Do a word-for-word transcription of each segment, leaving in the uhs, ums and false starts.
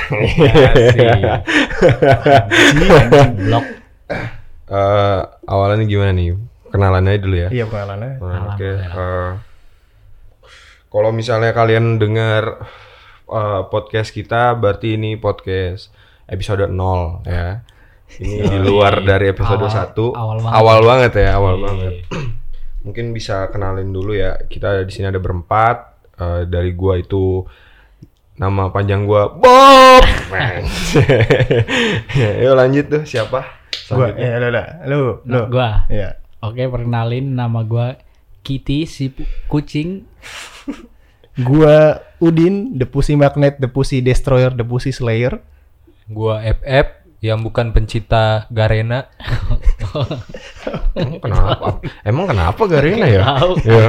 Blok. Uh, awalannya gimana nih? Kenalan aja dulu ya. Iya, kenalannya. Nah, Oke. Okay. Uh, kalau misalnya kalian dengar uh, podcast kita, berarti ini podcast episode nol ya. Ini di luar dari episode awal, satu. Awal banget. Awal banget ya, awal Iyi. banget. Mungkin bisa kenalin dulu ya. Kita di sini ada berempat. Uh, dari gua itu nama panjang gua Bob. Yuk lanjut tuh, siapa? Gua, ya udah udah, lu, lu. Gua. Iya. Oke, perkenalin nama gua Kitty si kucing. Gua Udin, The Pussy Magnet, The Pussy Destroyer, The Pussy Slayer. Gua F F yang bukan pencinta Garena. Emang kenapa? Emang kenapa Garena ya? Tahu. Ya.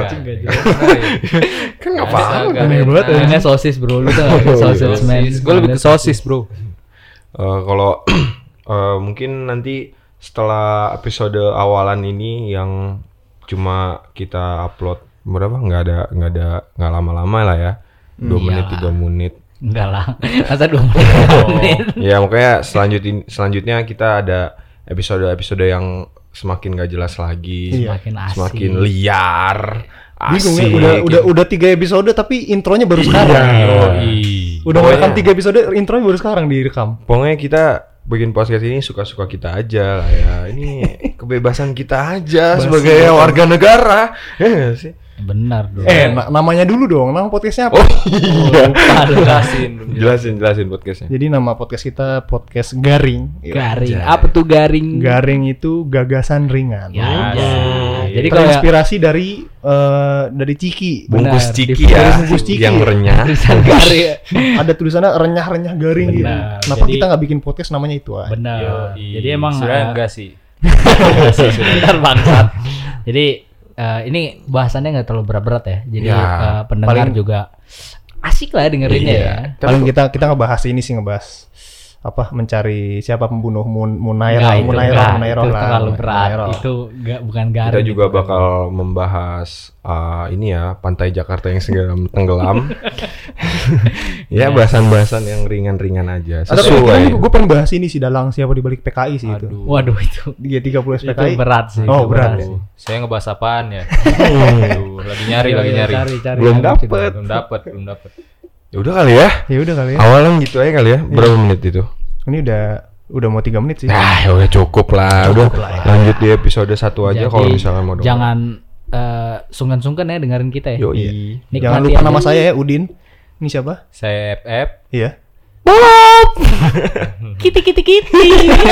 Kan nggak paham. Aneh banget ya. Ini sosis bro, lu tuh sosis man. Gue lebih ke sosis bro. Uh, kalau uh, mungkin nanti setelah episode awalan ini yang cuma kita upload berapa? Nggak ada, nggak ada, nggak lama-lama lah ya. Dua Iya. menit, tiga menit. Enggak lah, masa dua menit. Ya makanya selanjutnya selanjutnya kita ada episode-episode yang semakin gak jelas lagi, Iya. Semakin asik. semakin liar, Bingung asik. ya, udah udah udah tiga episode tapi intronya baru sekarang. Yoi. Udah Pokoknya- merekam tiga episode, intronya baru sekarang direkam. Pokoknya kita bikin podcast ini suka-suka kita aja lah ya. Ini kebebasan kita aja Basi sebagai banget. warga negara. Ya nggak sih? Benar dong. Eh, na- namanya dulu dong. Nama podcastnya apa? Oh Lupa lu. Jelasin. jelasin jelasin podcastnya. Jadi nama podcast kita podcast Garing. Garing. Apa tuh garing? Garing itu gagasan ringan. Ya, Hmm. ya. Jadi kalau Terinspirasi dari eh, dari Ciki. Bungkus Benar, ciki di- ya, dari bungkus ciki. yang renyah. tulisan garing. Ada tulisannya renyah-renyah garing gitu. Benar. Kenapa Jadi- kita nggak bikin podcast namanya itu aja? Benar. Yoi. Jadi emang sebenarnya eh, enggak sih. Bentar bangsat. Jadi eh, ini bahasannya nggak terlalu berat-berat ya. Jadi Ya, eh, pendengar paling- juga asik lah dengerinnya Iya. ya. Paling kita kita ngebahas ini sih, ngebahas apa, mencari siapa pembunuh Mun Nggak, Munaira, itu Munaira, nggak. Munaira Itu lah. terlalu berat. Munaira. Itu nggak bukan garing. Kita juga itu. bakal membahas uh, ini ya, pantai Jakarta yang segera tenggelam. Ya bahasan-bahasan yang ringan-ringan aja. Ada Sesuai. gue pengen bahas ini sih, dalang siapa di balik P K I sih itu. Aduh. Waduh itu. Dia tiga puluh S P Itu K I. berat sih. Oh, itu berat ya. sih. Saya ngebahas apaan ya? Aduh, lagi nyari, lagi nyari. Cari, cari, Belum cari, dapet. cari. Belum dapat, belum dapat. Ya udah kali ya. Ya udah kali ya. Awalan gitu aja kali ya. Berapa menit itu? Ini udah udah mau tiga menit sih. Nah, ya udah cukup lah. Cukup udah lah ya. lanjut di episode satu aja Jadi, kalau misalnya mau denger. Jangan eh, sungkan-sungkan ya dengerin kita ya. Yoi. Nikmati Jangan lupa aja. nama saya ya, Udin. Ini siapa? Saya F F. Iya. Kiti kiti kiti.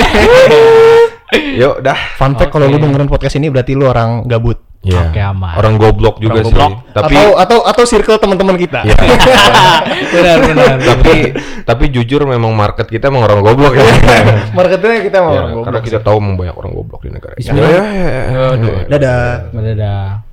Yuk, dah. Fun fact, kalau Oke. lu dengerin podcast ini berarti lu orang gabut. Iya. Oke, aman. Orang goblok juga Orang sih. goblok. Tapi atau atau atau circle teman-teman kita. Iya. Benar benar. tapi tapi jujur memang market kita emang orang goblok ya. Marketnya kita mau Ya, orang goblok. karena kita tahu memang banyak orang goblok di negara ini. Bismillah. Ya, ya, ya, ya. Aduh. Dadah. Dadah.